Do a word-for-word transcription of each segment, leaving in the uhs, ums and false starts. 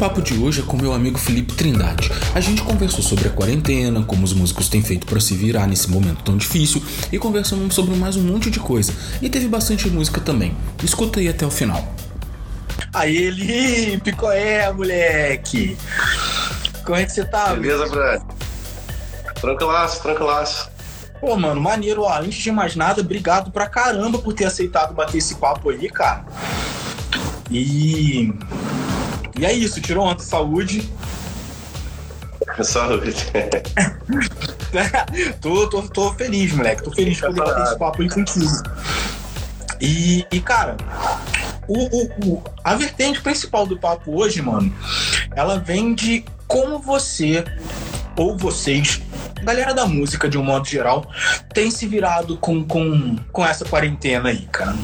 bate-papo de hoje é com meu amigo Felipe Trindade. A gente conversou sobre a quarentena, como os músicos têm feito para se virar nesse momento tão difícil, e conversamos sobre mais um monte de coisa. E teve bastante música também. Escuta aí até o final. Aí, Lipe, qual é, moleque? Como é que você tá? Beleza, Brad? Tranquilaço, tranquilaço. Pô, mano, maneiro, ó. Antes de mais nada, obrigado pra caramba por ter aceitado bater esse papo aí, cara. E... E é isso, tirou ontem, saúde. Saúde. tô, tô, tô feliz, moleque. Tô feliz de poder bater esse papo aí contigo. E, e cara, o, o, o, a vertente principal do papo hoje, mano, ela vem de como você, ou vocês, galera da música de um modo geral, tem se virado com, com, com essa quarentena aí, cara.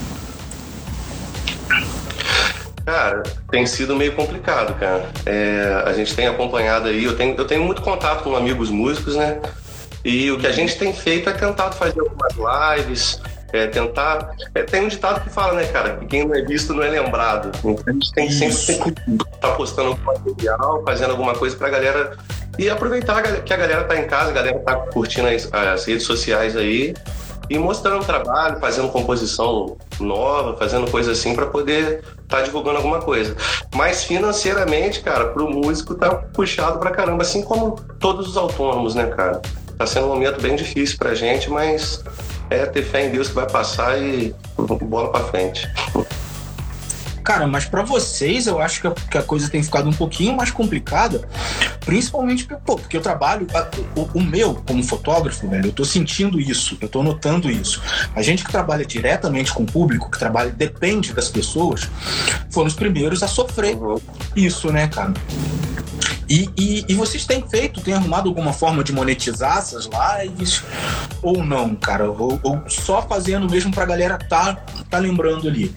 Cara, tem sido meio complicado, cara. É, a gente tem acompanhado aí, eu tenho, eu tenho muito contato com amigos músicos, né? E o que a gente tem feito é tentar fazer algumas lives, é, tentar... É, tem um ditado que fala, né, cara, que quem não é visto não é lembrado. Então a gente tem, sempre tem que estar tá postando algum material, fazendo alguma coisa pra galera... E aproveitar que a galera tá em casa, a galera tá curtindo as, as redes sociais aí, e mostrando trabalho, fazendo composição nova, fazendo coisa assim para poder estar tá divulgando alguma coisa. Mas financeiramente, cara, pro músico tá puxado pra caramba, assim como todos os autônomos, né, cara? Tá sendo um momento bem difícil pra gente, mas é ter fé em Deus que vai passar e bola pra frente. Cara, mas pra vocês eu acho que a, que a coisa tem ficado um pouquinho mais complicada, principalmente porque, pô, porque eu trabalho, o, o meu como fotógrafo, velho, eu tô sentindo isso, eu tô notando isso. A gente que trabalha diretamente com o público, que trabalha, depende das pessoas, foram os primeiros a sofrer isso, né, cara? E, e, e vocês têm feito, têm arrumado alguma forma de monetizar essas lives? Ou não, cara? Ou, ou só fazendo mesmo pra galera tá, tá lembrando ali?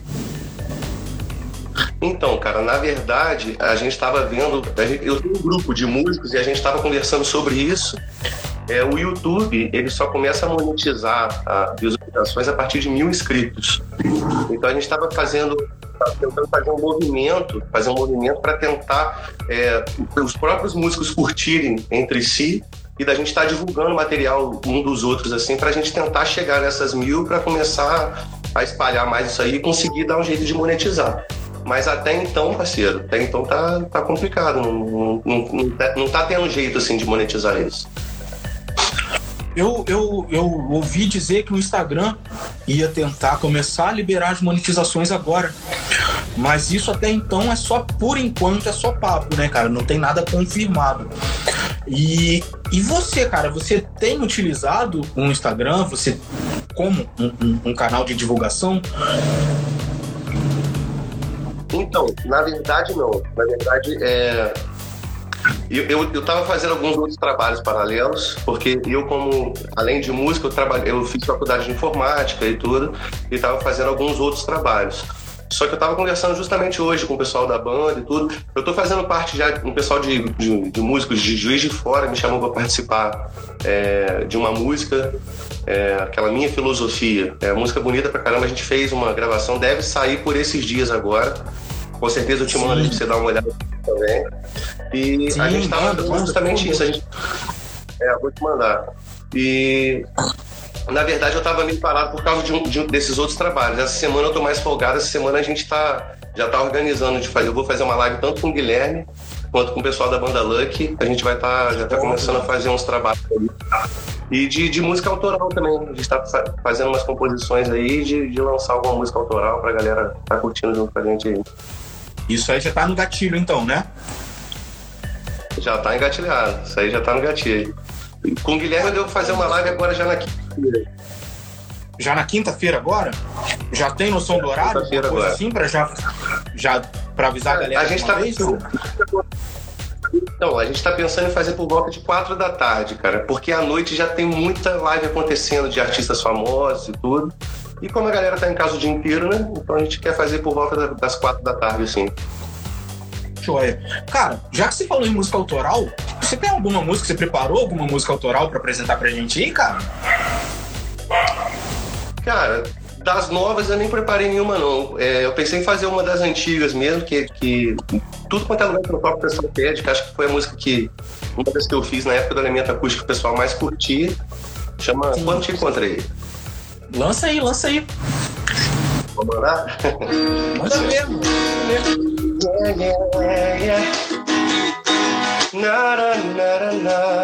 Então, cara, na verdade, a gente estava vendo... A gente, eu tenho um grupo de músicos e a gente estava conversando sobre isso. É, o YouTube, ele só começa a monetizar as visualizações a partir de mil inscritos. Então a gente estava fazendo... tentando fazer um movimento, fazer um movimento para tentar é, os próprios músicos curtirem entre si e da gente estar tá divulgando material um dos outros, assim, para a gente tentar chegar nessas mil para começar a espalhar mais isso aí e conseguir dar um jeito de monetizar. Mas até então, parceiro, até então tá, tá complicado, não, não, não, tá, não tá tendo jeito assim de monetizar isso. Eu, eu, eu ouvi dizer que o Instagram ia tentar começar a liberar as monetizações agora. Mas isso até então é só, por enquanto, é só papo, né, cara? Não tem nada confirmado. E, e você, cara, você tem utilizado o Instagram, você como um, um, um canal de divulgação? Então, na verdade não. Na verdade, é... eu, eu, eu tava fazendo alguns outros trabalhos paralelos, porque eu, como, além de música, eu, trabalho, eu fiz faculdade de informática e tudo, e tava fazendo alguns outros trabalhos. Só que eu tava conversando justamente hoje com o pessoal da banda e tudo. Eu tô fazendo parte já, um pessoal de, de, de músicos de Juiz de Fora me chamou para participar é, de uma música, é, aquela Minha Filosofia. É música bonita pra caramba, a gente fez uma gravação, deve sair por esses dias agora. Com certeza eu te mando pra você dar uma olhada também. E Sim, a gente tava manda, justamente manda. isso. A gente... É, vou te mandar. E... Na verdade, eu tava meio parado por causa de um, de um desses outros trabalhos. Essa semana eu tô mais folgado, essa semana a gente tá, já tá organizando de fazer. Eu vou fazer uma live tanto com o Guilherme quanto com o pessoal da banda Lucky. A gente vai estar, tá, já tá começando a fazer uns trabalhos aí. E de, de música autoral também. A gente tá fazendo umas composições aí de, de lançar alguma música autoral pra galera tá curtindo junto com a gente aí. Isso aí já tá no gatilho então, né? Já tá engatilhado. Isso aí já tá no gatilho. Com o Guilherme eu devo fazer uma live agora já na quinta-feira. Já na quinta-feira agora? Já tem noção do horário? Quinta-feira coisa agora. Assim, pra, já, já, pra avisar a galera? A gente tá vez, pensando... Então, a gente tá pensando em fazer por volta de quatro da tarde, cara. Porque à noite já tem muita live acontecendo de artistas famosos e tudo. E como a galera tá em casa o dia inteiro, né? Então a gente quer fazer por volta das quatro da tarde, assim. Joia. Cara, já que você falou em música autoral, você tem alguma música, você preparou alguma música autoral pra apresentar pra gente aí, cara? Cara, das novas eu nem preparei nenhuma, não. É, eu pensei em fazer uma das antigas mesmo, que, que tudo quanto é lugar que o próprio pessoal pede, que acho que foi a música que, uma das que eu fiz na época do Elemento Acústico, o pessoal mais curtia, chama Sim. Quando Te Encontrei. Lança aí, lança aí. Vou mandar? Manda mesmo, manda mesmo. Yeah, yeah, yeah. Na, na, na, na.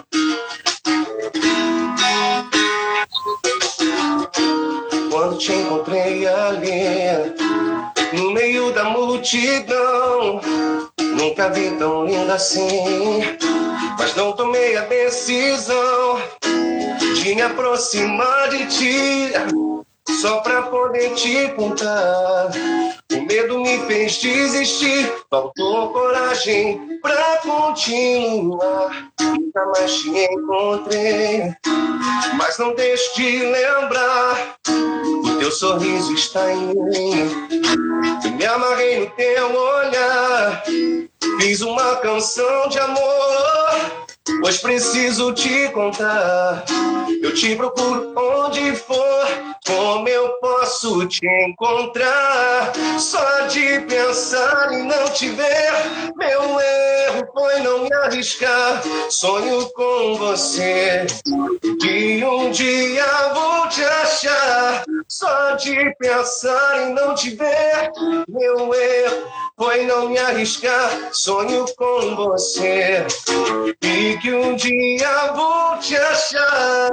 Quando te encontrei ali, no meio da multidão, nunca vi tão linda assim, mas não tomei a decisão de me aproximar de ti, só pra poder te contar. O medo me fez desistir, faltou coragem pra continuar. Nunca mais te encontrei, mas não deixo de lembrar. O teu sorriso está em mim, eu me amarrei no teu olhar. Fiz uma canção de amor, pois preciso te contar. Eu te procuro onde for, como eu posso te encontrar? Só de pensar em não te ver, meu erro foi não me arriscar. Sonho com você, que um dia vou te achar. Só de pensar em não te ver, meu erro foi não me arriscar. Sonho com você, e que um dia vou te achar.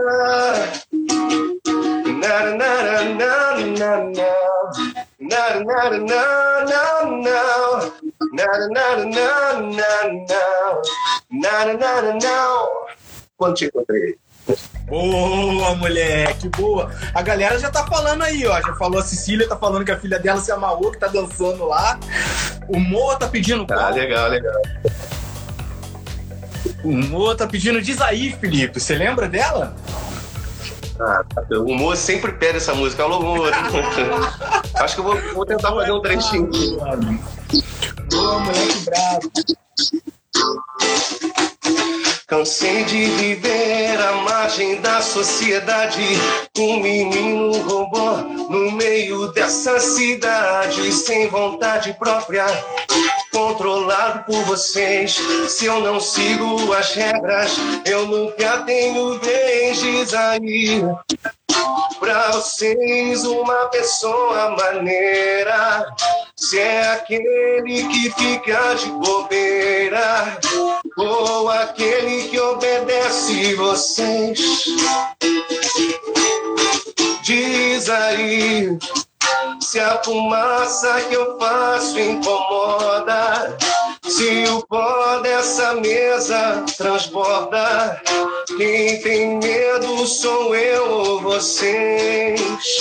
Na na na na na na na na na na na na na. Quando te encontrei. Boa, moleque, boa. A galera já tá falando aí, ó. Já falou, a Cecília tá falando que a filha dela se amarrou, que tá dançando lá. O Moa tá pedindo... Ah, legal, legal. O Moa tá pedindo Diz Aí, Felipe. Você lembra dela? Ah, o Moa sempre pede essa música. Alô, Moa. Acho que eu vou, vou tentar fazer um trechinho. Boa, moleque bravo. Cansei de viver à margem da sociedade, um menino robô no meio dessa cidade, sem vontade própria, controlado por vocês. Se eu não sigo as regras, eu nunca tenho vez. Diz aí pra vocês uma pessoa maneira, se é aquele que fica de bobeira ou aquele que obedece vocês. Diz aí se a fumaça que eu faço incomoda, se o pó dessa mesa transborda. Quem tem medo sou eu ou vocês.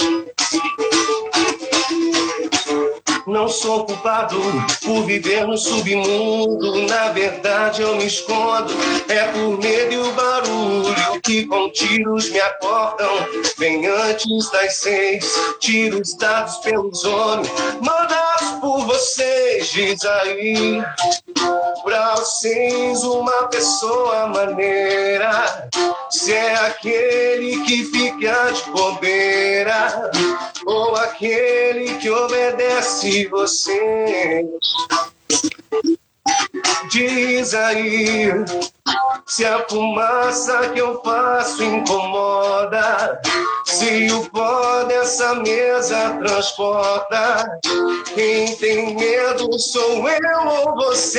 Não sou culpado por viver no submundo. Na verdade eu me escondo, é por medo e o barulho que com tiros me acordam. Vem antes das seis, tiros dados pelos homens, mandados por vocês. Diz aí pra vocês uma pessoa maneira, se é aquele que fica de bobeira ou aquele que obedece vocês. Diz aí se a fumaça que eu faço incomoda, se o pó dessa mesa transporta. Quem tem medo sou eu ou vocês.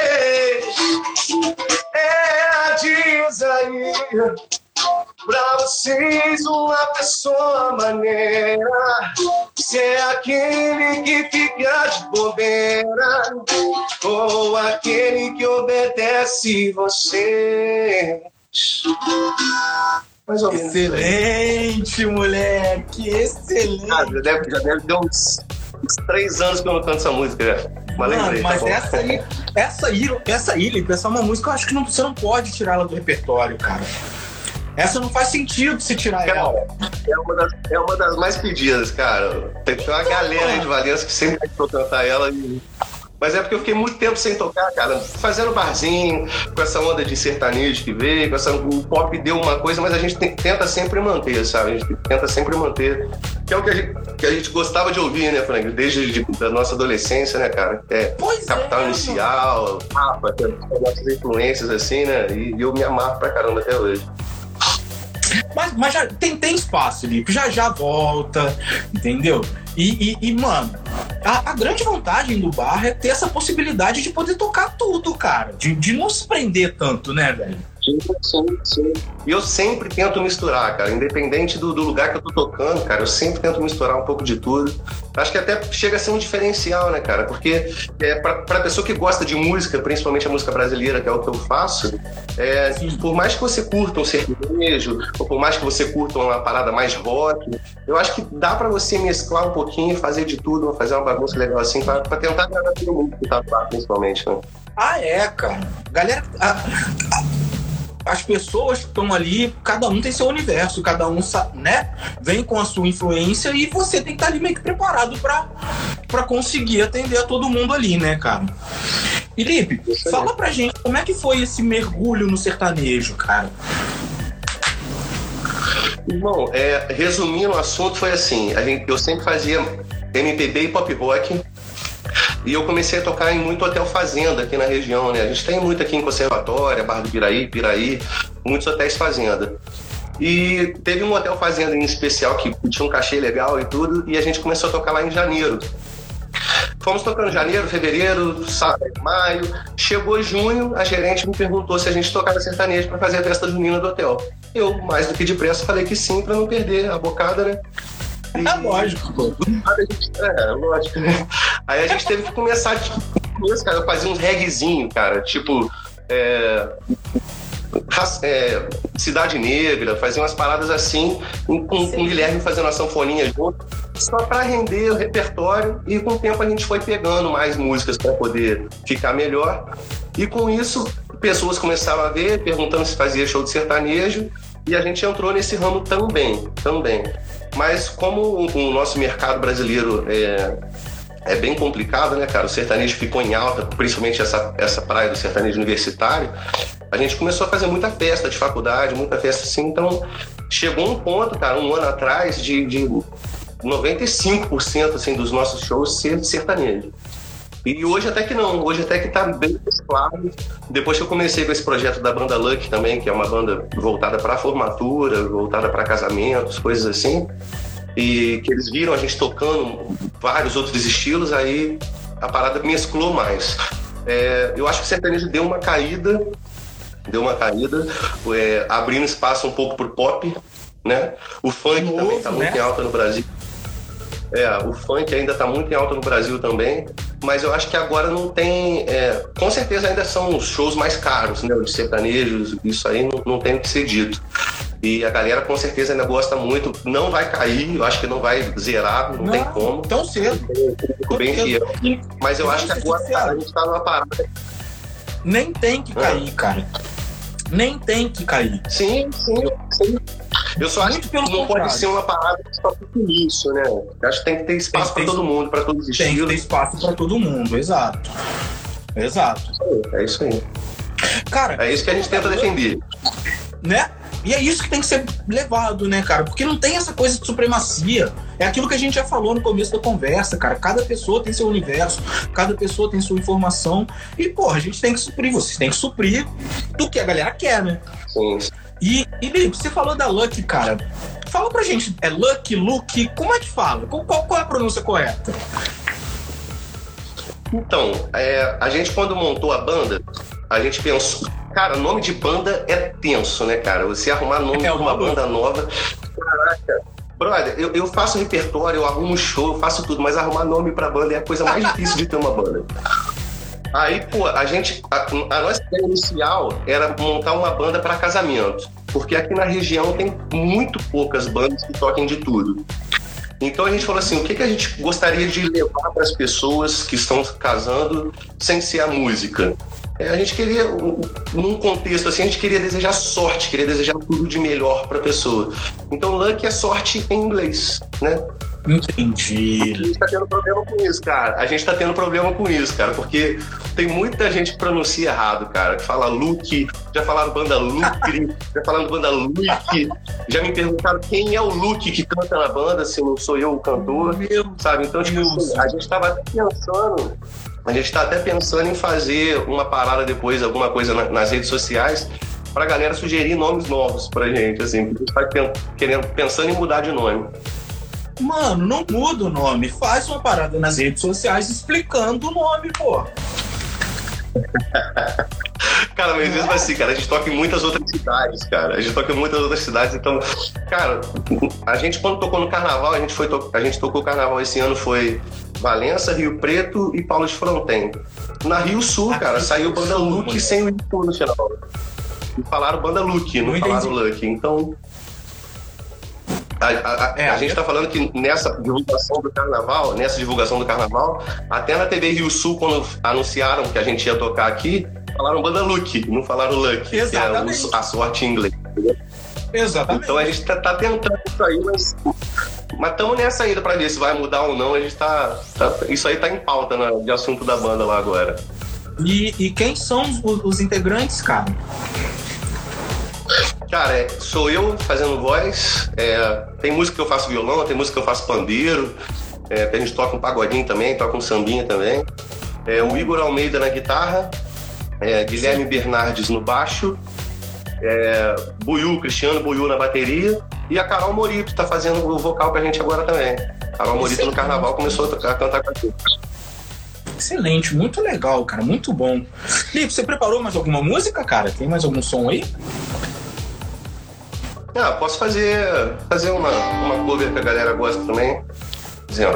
É, diz aí pra vocês uma pessoa maneira, se é aquele que fica de bobeira ou aquele que obedece vocês. Mais ou menos. Excelente, moleque, excelente. Ah, já deve, já deve ter uns, uns três anos que eu não canto essa música, já. Mas, Mano, lembrei, mas tá essa aí, essa aí, essa aí, essa é uma música que eu acho que não, você não pode tirar ela do repertório, cara. Essa não faz sentido se tirar cara, ela. É uma, das, é uma das mais pedidas, cara. Tem uma galera aí de Valença que sempre tentou cantar ela. E... Mas é porque eu fiquei muito tempo sem tocar, cara. Fazendo barzinho, com essa onda de sertanejo que veio, com essa, o pop deu uma coisa, mas a gente tem, tenta sempre manter, sabe? A gente tenta sempre manter que é o que a, gente, que a gente gostava de ouvir, né, Frank? Desde de, da nossa adolescência, né, cara? É, pois Capital é, Inicial, Rapa, as nossas influências, assim, né? E, e eu me amarro pra caramba até hoje. Mas, mas já tem, tem espaço, Lipe, já já volta, entendeu? E, e, e mano, a, a grande vantagem do bar é ter essa possibilidade de poder tocar tudo, cara. De, de não se prender tanto, né, velho? Sim, sim. E eu sempre tento misturar, cara. Independente do, do lugar que eu tô tocando, cara, eu sempre tento misturar um pouco de tudo. Acho que até chega a ser um diferencial, né, cara? Porque é, pra, pra pessoa que gosta de música, principalmente a música brasileira, que é o que eu faço, é, por mais que você curta um sertanejo, ou por mais que você curta uma parada mais rock, eu acho que dá pra você mesclar um pouquinho, fazer de tudo, fazer uma bagunça legal assim, pra, pra tentar agradar todo mundo que tá lá, principalmente, né? Ah, é, cara. Galera... A, a... As pessoas que estão ali, cada um tem seu universo, cada um, né, vem com a sua influência e você tem que estar ali meio que preparado pra, pra conseguir atender a todo mundo ali, né, cara? E Lipe, fala pra gente como é que foi esse mergulho no sertanejo, cara? Irmão, é, resumindo o assunto, foi assim, a gente, eu sempre fazia M P B e pop rock. E eu comecei a tocar em muito hotel fazenda aqui na região, né? A gente tem muito aqui em Conservatória, Barra do Piraí, Piraí, muitos hotéis fazenda. E teve um hotel fazenda em especial que tinha um cachê legal e tudo, e a gente começou a tocar lá em janeiro. Fomos tocando em janeiro, fevereiro, maio. Chegou junho, a gerente me perguntou se a gente tocava sertanejo para fazer a festa junina do hotel. Eu, mais do que depressa, falei que sim, para não perder a bocada, né? E... É lógico, pô. É, lógico, né? Aí a gente teve que começar, tipo, cara, eu fazia uns reguezinho, cara, tipo, é, é, Cidade Negra, fazia umas paradas assim, com, com o Guilherme fazendo a sanfoninha junto, só pra render o repertório, e com o tempo a gente foi pegando mais músicas pra poder ficar melhor, e com isso, pessoas começaram a ver, perguntando se fazia show de sertanejo, e a gente entrou nesse ramo também, também. Mas como o nosso mercado brasileiro é, é bem complicado, né, cara? O sertanejo ficou em alta, principalmente essa, essa praia do sertanejo universitário. A gente começou a fazer muita festa de faculdade, muita festa assim. Então, chegou um ponto, cara, um ano atrás, de, de noventa e cinco por cento assim, dos nossos shows ser sertanejo. E hoje até que não, hoje até que tá bem claro. Depois que eu comecei com esse projeto da banda Lucky também, que é uma banda voltada para formatura, voltada para casamentos, coisas assim, e que eles viram a gente tocando vários outros estilos, aí a parada mesclou mais. É, eu acho que o sertanejo deu uma caída, deu uma caída, é, abrindo espaço um pouco pro pop, né? O funk Novo, também tá muito né? em alta no Brasil. É, o funk ainda tá muito em alta no Brasil também, mas eu acho que agora não tem... É, com certeza ainda são os shows mais caros, né? Os sertanejos, isso aí não, não tem o que ser dito. E a galera com certeza ainda gosta muito, não vai cair, eu acho que não vai zerar, não, não tem como. Tão cedo. Ficou bem fiel. Mas eu acho que agora cara, a gente tá numa parada. Nem tem que cair, é. cara. Nem tem que cair. Sim, sim, sim. Eu só acho que não contrário. Pode ser uma parada só por isso, né? Eu acho que tem que ter espaço para todo mundo, para todos os estilos. Tem que ter espaço para todo mundo, exato. Exato. É isso aí. Cara, é isso que a gente tenta defender. Né? E é isso que tem que ser levado, né, cara? Porque não tem essa coisa de supremacia. É aquilo que a gente já falou no começo da conversa, cara. Cada pessoa tem seu universo, cada pessoa tem sua informação. E, porra, a gente tem que suprir, vocês têm que suprir do que a galera quer, né? Sim. E, e Lipe, você falou da Lucky, cara. Fala pra gente, é Lucky, Luke, como é que fala? Qual, qual, qual é a pronúncia correta? Então, é, a gente quando montou a banda, a gente pensou... Cara, nome de banda é tenso, né, cara? Você arrumar nome é de uma banda nova... Caraca... Brother, eu, eu faço repertório, eu arrumo show, eu faço tudo, mas arrumar nome pra banda é a coisa mais difícil de ter uma banda. Aí, pô, a gente... A, a nossa ideia inicial era montar uma banda para casamento. Porque aqui na região tem muito poucas bandas que toquem de tudo. Então a gente falou assim, o que, que a gente gostaria de levar para as pessoas que estão casando sem ser a música? É, a gente queria, num contexto assim, a gente queria desejar sorte, queria desejar tudo de melhor para a pessoa. Então Lucky é sorte em inglês, né? Entendi. A gente tá tendo problema com isso, cara. A gente tá tendo problema com isso, cara, porque tem muita gente que pronuncia errado, cara, que fala Luke, já falaram banda Lucre, já falaram banda Luke, já me perguntaram quem é o Luke que canta na banda, se não sou eu o cantor, Meu sabe? Então, tipo, Deus. a gente tava até pensando, a gente tá até pensando em fazer uma parada depois, alguma coisa na, nas redes sociais, pra galera sugerir nomes novos pra gente, assim, porque a gente tá querendo, pensando em mudar de nome. Mano, não muda o nome. Faz uma parada nas redes sociais explicando o nome, pô. Cara, mas mesmo assim, cara, a gente toca em muitas outras cidades, cara. A gente toca em muitas outras cidades, então, cara, a gente quando tocou no carnaval, a gente, foi to... a gente tocou o carnaval esse ano, foi Valença, Rio Preto e Paulo de Fronten. Na Rio Sul, cara, Aqui saiu banda Sul, Luke mano. Sem o Ipu no final. E falaram banda Luke, não, não falaram Lucky. Então, a, a, a, é, a gente tá falando que nessa divulgação do carnaval, nessa divulgação do carnaval, até na T V Rio Sul, quando anunciaram que a gente ia tocar aqui, falaram banda Luke, não falaram Lucky, Exatamente. Que é o, a sorte em inglês. Exatamente. Então a gente tá, tá tentando isso aí, mas mas estamos nessa ainda pra ver se vai mudar ou não. A gente tá, tá isso aí tá em pauta, né, de assunto da banda lá agora. E, e quem são os, os integrantes, cara? Cara, é, sou eu fazendo voz, é, tem música que eu faço violão, tem música que eu faço pandeiro, é, a gente toca um pagodinho também, toca um sambinha também. É, o Igor Almeida na guitarra, é, Guilherme Bernardes no baixo, é, Buiu, Cristiano Buiu na bateria e a Carol Morito tá fazendo o vocal pra gente agora também. A Carol Morito no carnaval começou a, tocar, a cantar com a gente. Excelente, muito legal, cara, muito bom. Felipe, você preparou mais alguma música, cara? Tem mais algum som aí? Ah, posso fazer, fazer uma, uma cover que a galera gosta também. Dizendo.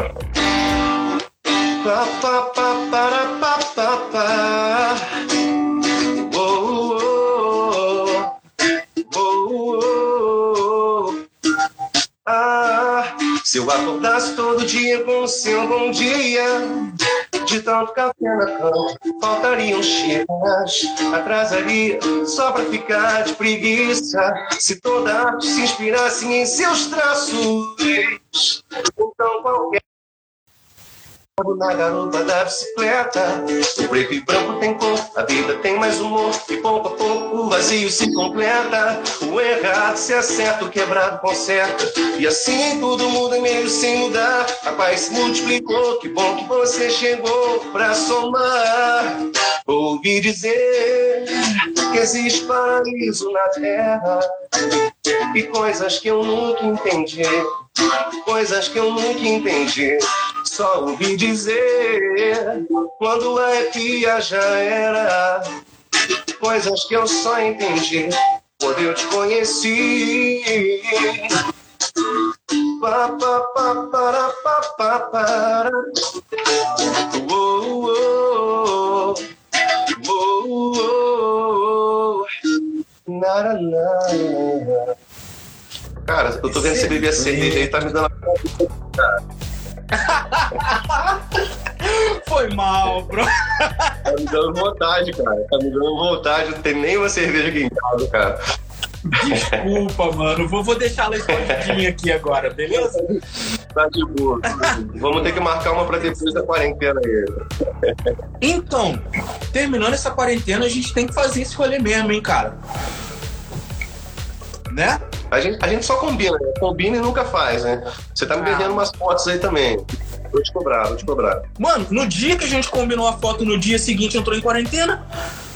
Pa, pa, pa, para, pa, pa, pa. Oh, oh, oh, oh, oh. Ah, se eu acordasse todo dia com o seu bom dia, de tanto café na cama, faltariam xícaras, atrasaria só pra ficar de preguiça. Se toda arte se inspirasse em seus traços, então qualquer na garota da bicicleta, o preto e branco tem cor, a vida tem mais humor, e pouco a pouco o vazio se completa. O errado se acerta, o quebrado conserta, e assim todo mundo é meio sem mudar. A paz se multiplicou, que bom que você chegou pra somar. Ouvi dizer que existe paraíso na terra, e coisas que eu nunca entendi, coisas que eu nunca entendi. Só ouvi dizer, quando a arrepia já era, coisas que eu só entendi quando eu te conheci. Pa, pa, pa, para, pa, pa, para. Oh, oh, oh, oh, oh. Nara, nara. Cara, eu tô vendo você beber a cerveja aí, tá me dando a cara. Foi mal, bro. Tá me dando vontade, cara. Tá me dando vontade. Não tem nem uma cerveja aqui em casa, cara. Desculpa, mano. Vou, vou deixar ela escondidinha aqui agora, beleza? Tá de boa. Vamos ter que marcar uma pra depois da quarentena aí. Então, terminando essa quarentena, a gente tem que fazer esse rolê mesmo, hein, cara? Né? A gente, a gente só combina, né? Combina e nunca faz, né? Você tá me vendendo umas fotos aí também. Vou te cobrar, vou te cobrar. Mano, no dia que a gente combinou a foto, no dia seguinte entrou em quarentena.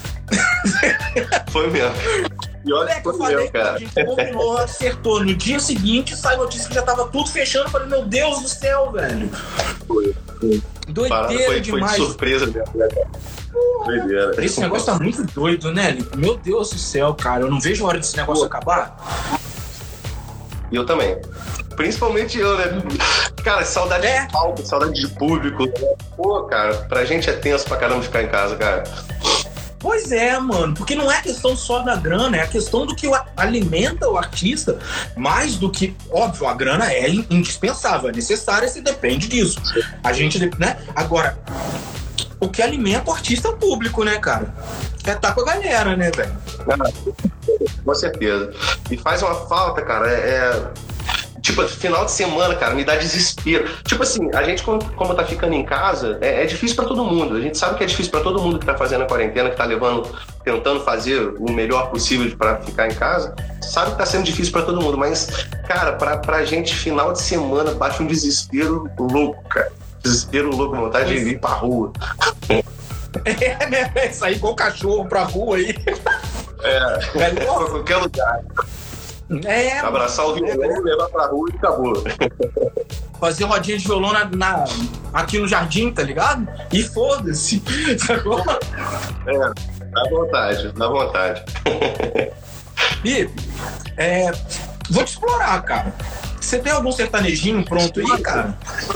Foi mesmo. E olha que foi mesmo, cara. A gente combinou, acertou. No dia seguinte sai notícia que já tava tudo fechando. Eu falei, meu Deus do céu, velho. Foi, foi. Doideira foi, demais. Foi de surpresa mesmo, né, cara? Doideira. Esse negócio tá muito doido, né, Lipe? Meu Deus do céu, cara. Eu não vejo a hora desse negócio Pô. acabar. E eu também. Principalmente eu, né? Cara, saudade é. de palco, saudade de público. Pô, cara, pra gente é tenso pra caramba ficar em casa, cara. Pois é, mano, porque não é questão só da grana, é a questão do que alimenta o artista, mais do que, óbvio, a grana é indispensável, é necessária, se depende disso. A gente, né? Agora, o que alimenta o artista é o público, né, cara? É estar com a galera, né, velho? Ah, com certeza. E faz uma falta, cara, é... tipo, final de semana, cara, me dá desespero. Tipo assim, a gente, como, como tá ficando em casa, é, é difícil pra todo mundo. A gente sabe que é difícil pra todo mundo que tá fazendo a quarentena, que tá levando, tentando fazer o melhor possível pra ficar em casa. Sabe que tá sendo difícil pra todo mundo, mas, cara, pra, pra gente, final de semana, baixa um desespero louco, cara. Desespero louco, vontade de ir pra rua. É, né? Sair igual cachorro pra rua aí. É, pra qualquer lugar. É, abraçar o violão, é, levar pra rua e acabou. Fazer rodinha de violão na, na, aqui no jardim, tá ligado? E foda-se. Sacou? É, dá vontade, dá vontade. Pipe, é, vou te explorar, cara. Você tem algum sertanejinho pronto aí, cara?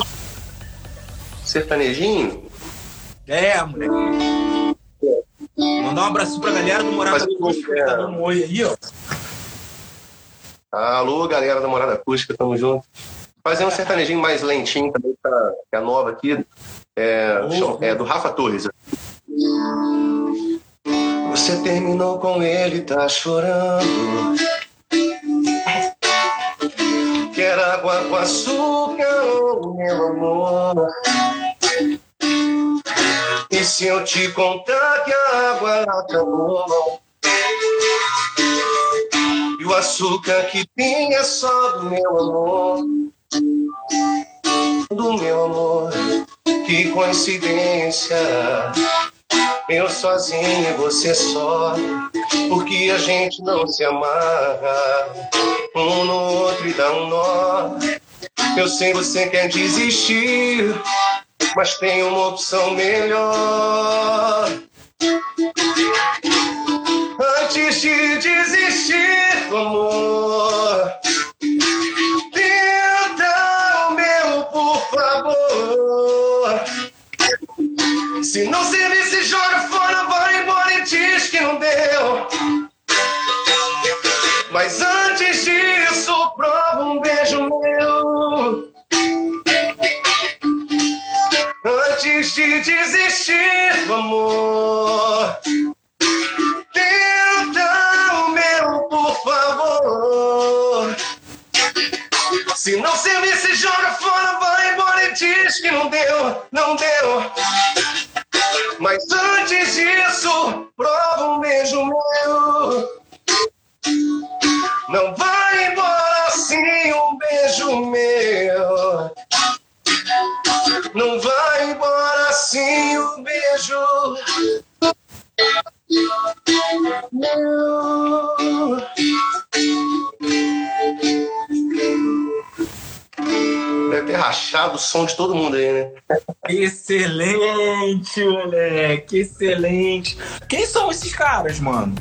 Sertanejinho? É, moleque. Mandar um abraço pra galera do Morada Acústica que tá dando um oi aí, ó. Alô, galera da Morada Acústica, tamo junto. Fazer um sertanejinho mais lentinho também, que é nova aqui, é, oh, é do Rafa Torres. Você terminou com ele, tá chorando. Quer água com açúcar, meu amor. E se eu te contar que a água acabou? E o açúcar que tinha é só do meu amor. Do meu amor, que coincidência. Eu sozinho e você só. Porque a gente não se amarra um no outro e dá um nó. Eu sei você quer desistir, mas tem uma opção melhor. Antes de desistir do amor, tenta o meu, por favor. Se não servir, se joga fora, vai embora e diz que não deu. Mas antes disso, prova um beijo meu. Antes de desistir do amor, tenta o meu, por favor. Se não servir, se joga fora, vai embora e diz que não deu, não deu. Mas antes disso, prova um beijo meu. Não vai embora assim um beijo meu. Não vai embora assim um beijo meu. Deve ter rachado o som de todo mundo aí, né? Excelente, moleque, excelente. Quem são esses caras, mano?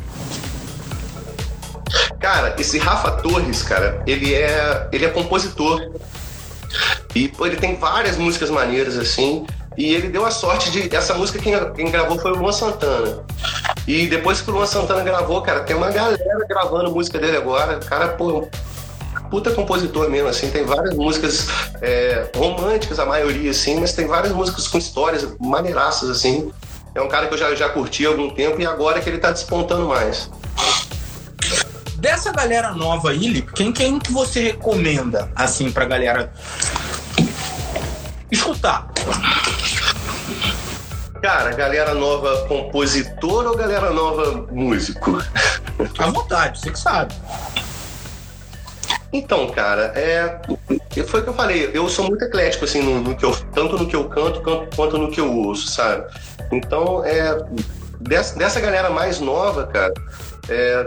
Cara, esse Rafa Torres, cara, ele é, ele é compositor. E pô, ele tem várias músicas maneiras, assim. E ele deu a sorte de... Essa música quem, quem gravou foi o Luan Santana. E depois que o Luan Santana gravou, cara, tem uma galera gravando música dele agora. O cara, pô, puta compositor mesmo, assim. Tem várias músicas é, românticas, a maioria, assim. Mas tem várias músicas com histórias maneiraças, assim. É um cara que eu já, já curti há algum tempo e agora que ele tá despontando mais. Dessa galera nova aí, Lipe, quem, quem que você recomenda, assim, pra galera escutar? Cara, galera nova compositor ou galera nova músico? À vontade, você que sabe. Então, cara, é... foi o que eu falei, eu sou muito eclético, assim, no, no que eu... tanto no que eu canto quanto no que eu ouço, sabe? Então, é... dessa, dessa galera mais nova, cara, é...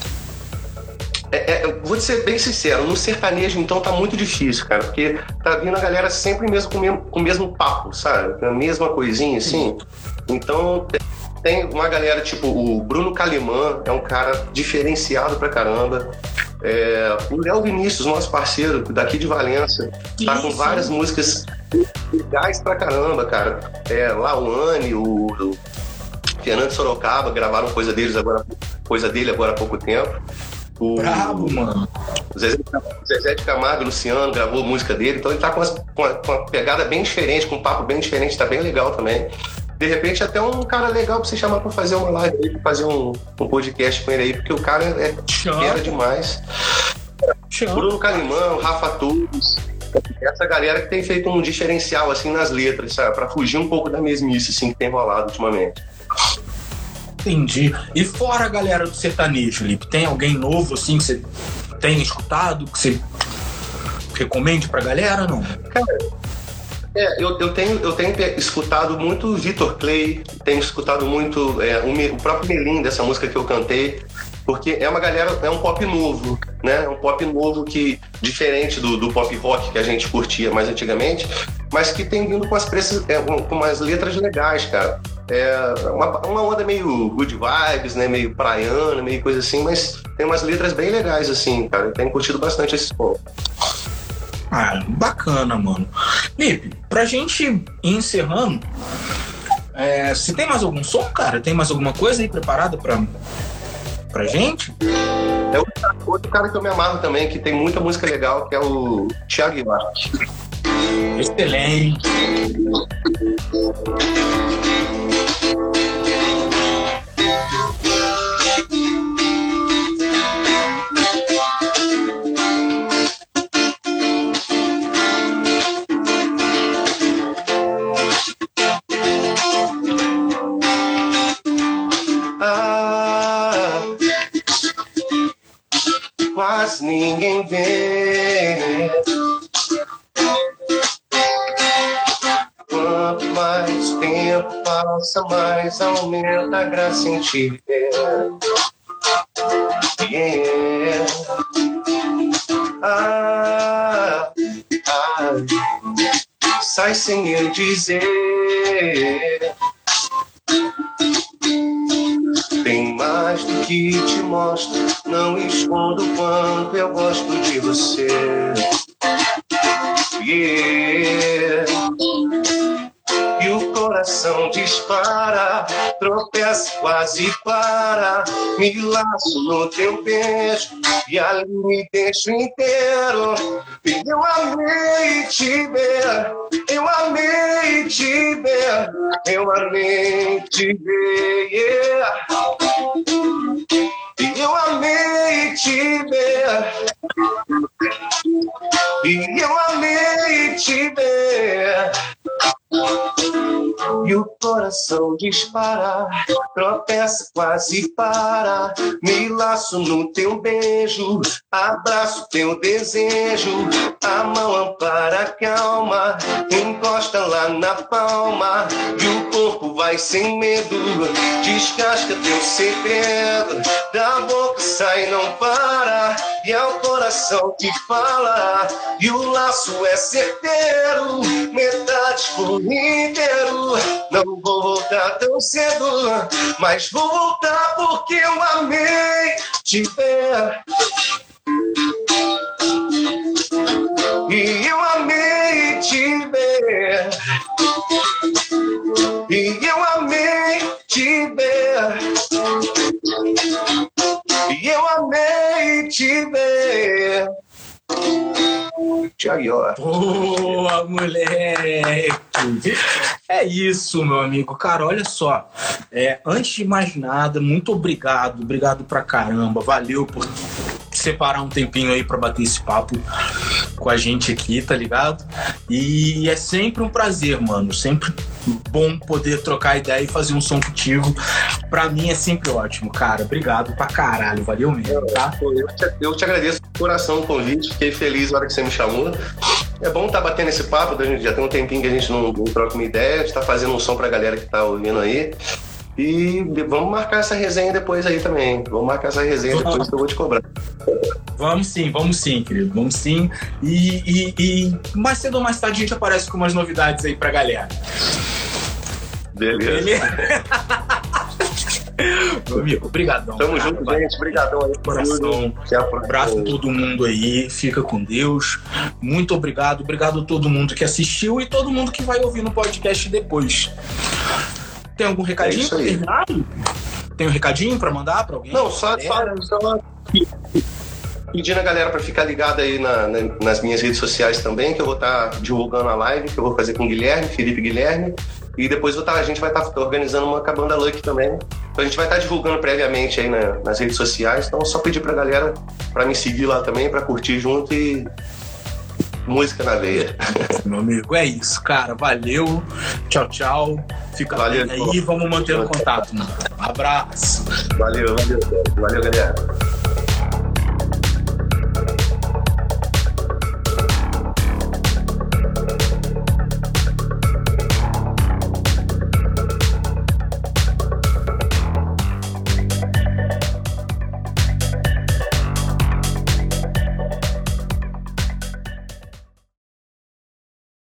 É, é, vou ser bem sincero, no sertanejo então tá muito difícil, cara, porque tá vindo a galera sempre mesmo com o mesmo, com o mesmo papo, sabe? A mesma coisinha, assim. Então tem uma galera tipo o Bruno Calimã, é um cara diferenciado pra caramba. É, o Léo Vinícius, nosso parceiro daqui de Valença, tá com várias músicas legais pra caramba, cara. É, Lauane, o, o Fernando Sorocaba gravaram coisa deles agora, coisa dele agora há pouco tempo. O Bravo, mano. Zezé, Zezé de Camargo e Luciano gravou música dele, então ele tá com, as, com, uma, com uma pegada bem diferente, com um papo bem diferente, tá bem legal também. De repente, até um cara legal pra você chamar pra fazer uma live aí, pra fazer um, um podcast com ele aí, porque o cara é fera demais. Chegou. Bruno Calimão, Rafa Tubbs, essa galera que tem feito um diferencial assim nas letras, sabe? Pra fugir um pouco da mesmice assim, que tem rolado ultimamente. Entendi. E fora a galera do sertanejo, Lipe, tem alguém novo assim que você tem escutado, que você recomende pra galera, não? Cara, é, eu, eu, tenho, eu tenho escutado muito Vitor Clay, tenho escutado muito é, o, o próprio Melim, dessa música que eu cantei, porque é uma galera, é um pop novo, né? É um pop novo que, diferente do, do pop rock que a gente curtia mais antigamente, mas que tem vindo com as preças, é, com umas letras legais, cara. É uma, uma onda meio good vibes, né? Meio praiana, meio coisa assim, mas tem umas letras bem legais, assim, cara. Eu tenho curtido bastante esse som. Ah, bacana, mano. Lipe, pra gente ir encerrando, é, se tem mais algum som, cara? Tem mais alguma coisa aí preparada pra, pra gente? É outro, outro cara que eu me amarro também, que tem muita música legal, que é o Thiago York. Excelente. Mas ninguém vê. Quanto mais tempo passa, mais aumenta a graça em te ver. Yeah. Ah, ah, sai sem eu dizer. Tem mais do que te mostro, não escondo o quanto eu gosto de você. Yeah. E o coração dispara, tropeça, quase para. Me laço no teu beijo e ali me deixo inteiro. E eu amei te ver, eu amei te ver, eu amei te ver, yeah. E eu amei te ver, e eu amei te ver. E o coração dispara, tropeça, quase para. Me laço no teu beijo, abraço teu desejo. A mão ampara, calma, encosta lá na palma. E o corpo vai sem medo, descasca teu segredo. Da boca sai, não para, e é o coração que fala. E o laço é certeiro, metade por inteiro. Não vou voltar tão cedo, mas vou voltar porque eu amei te ver. E eu amei te ver. E eu amei te ver. E eu amei te ver. Tiago. Boa, moleque! É isso, meu amigo. Cara, olha só. É, antes de mais nada, muito obrigado. Obrigado pra caramba. Valeu por separar um tempinho aí pra bater esse papo com a gente aqui, tá ligado? E é sempre um prazer, mano. Sempre bom poder trocar ideia e fazer um som contigo. Pra mim é sempre ótimo, cara. Obrigado pra caralho. Valeu mesmo, tá? Eu te, eu te agradeço de coração o convite. Fiquei feliz na hora que você me chamou. É bom estar tá batendo esse papo. Já tem um tempinho que a gente não, não troca uma ideia. A gente tá fazendo um som pra galera que tá ouvindo aí. E vamos marcar essa resenha depois aí também. Vamos marcar essa resenha vamos. depois que eu vou te cobrar. Vamos sim, vamos sim, querido. Vamos sim. E, e, e mais cedo ou mais tarde a gente aparece com umas novidades aí pra galera. Beleza. Beleza? Meu amigo, obrigadão. Tamo cara, junto, vai. gente. Obrigadão aí. Coração. Abraço a todo mundo aí. Fica com Deus. Muito obrigado. Obrigado a todo mundo que assistiu e todo mundo que vai ouvir no podcast depois. Tem algum recadinho é pra terminar? Tem um recadinho pra mandar pra alguém? Não, só, só, só pedindo a galera pra ficar ligada aí na, na, nas minhas redes sociais também, que eu vou estar tá divulgando a live que eu vou fazer com o Guilherme, Felipe Guilherme. E depois vou tá, a gente vai estar tá organizando uma Cabanda Luck também. A gente vai estar divulgando previamente aí na, nas redes sociais, então é só pedir pra galera pra me seguir lá também, pra curtir junto e música na veia. Meu amigo, é isso, cara. Valeu. Tchau, tchau. Fica valeu, bem aí, vamos manter o contato, mano. Um abraço. Valeu, valeu. Valeu, galera.